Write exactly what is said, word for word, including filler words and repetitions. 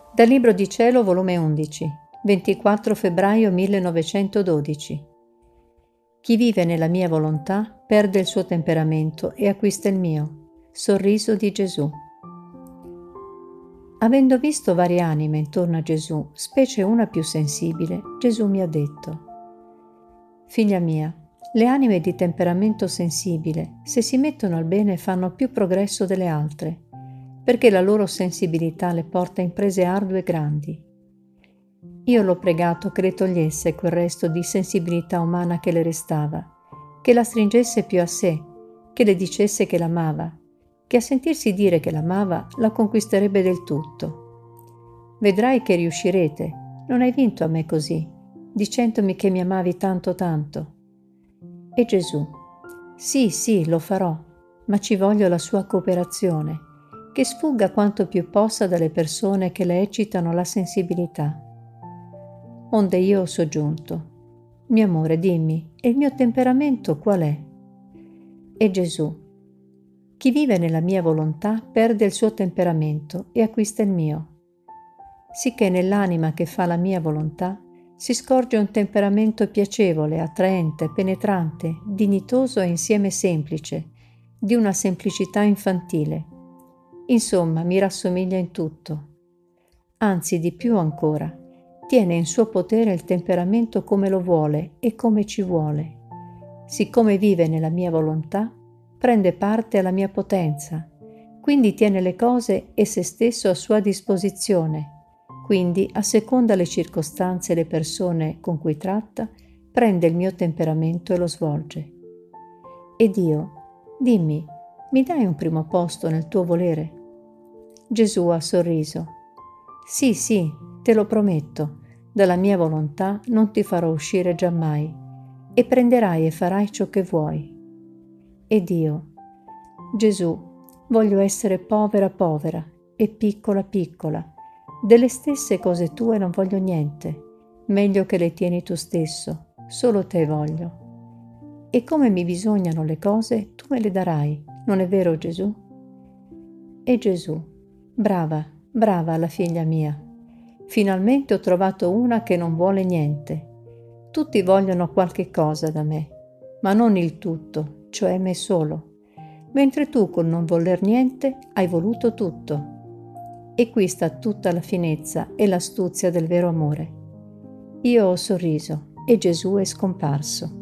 Dal Libro di Cielo, volume undici, ventiquattro febbraio millenovecentododici. Chi vive nella mia volontà perde il suo temperamento e acquista il mio. Sorriso di Gesù. Avendo visto varie anime intorno a Gesù, specie una più sensibile, Gesù mi ha detto: Figlia mia, le anime di temperamento sensibile, se si mettono al bene, fanno più progresso delle altre, perché la loro sensibilità le porta a imprese ardue e grandi. Io l'ho pregato che le togliesse quel resto di sensibilità umana che le restava, che la stringesse più a sé, che le dicesse che l'amava, che a sentirsi dire che l'amava la conquisterebbe del tutto. Vedrai che riuscirete, non hai vinto a me così, dicendomi che mi amavi tanto tanto. E Gesù: sì, sì, lo farò, ma ci voglio la sua cooperazione, che sfugga quanto più possa dalle persone che le eccitano la sensibilità. Onde io ho soggiunto: mio amore, dimmi, e il mio temperamento qual è? E Gesù: chi vive nella mia volontà perde il suo temperamento e acquista il mio. Sicché nell'anima che fa la mia volontà si scorge un temperamento piacevole, attraente, penetrante, dignitoso e insieme semplice, di una semplicità infantile. Insomma, mi rassomiglia in tutto. Anzi, di più ancora, tiene in suo potere il temperamento come lo vuole e come ci vuole. Siccome vive nella mia volontà, prende parte alla mia potenza, quindi tiene le cose e se stesso a sua disposizione, quindi asseconda le circostanze e le persone con cui tratta, prende il mio temperamento e lo svolge. Ed io, dimmi, mi dai un primo posto nel tuo volere? Gesù ha sorriso: sì, sì, te lo prometto, dalla mia volontà non ti farò uscire giammai, e prenderai e farai ciò che vuoi. Ed io: Gesù, voglio essere povera povera e piccola piccola, delle stesse cose tue non voglio niente, meglio che le tieni tu stesso, solo te voglio. E come mi bisognano le cose, tu me le darai, non è vero Gesù? E Gesù: brava, brava la figlia mia, finalmente ho trovato una che non vuole niente. Tutti vogliono qualche cosa da me, ma non il tutto, cioè me solo, mentre tu col non voler niente hai voluto tutto. E qui sta tutta la finezza e l'astuzia del vero amore. Io ho sorriso e Gesù è scomparso.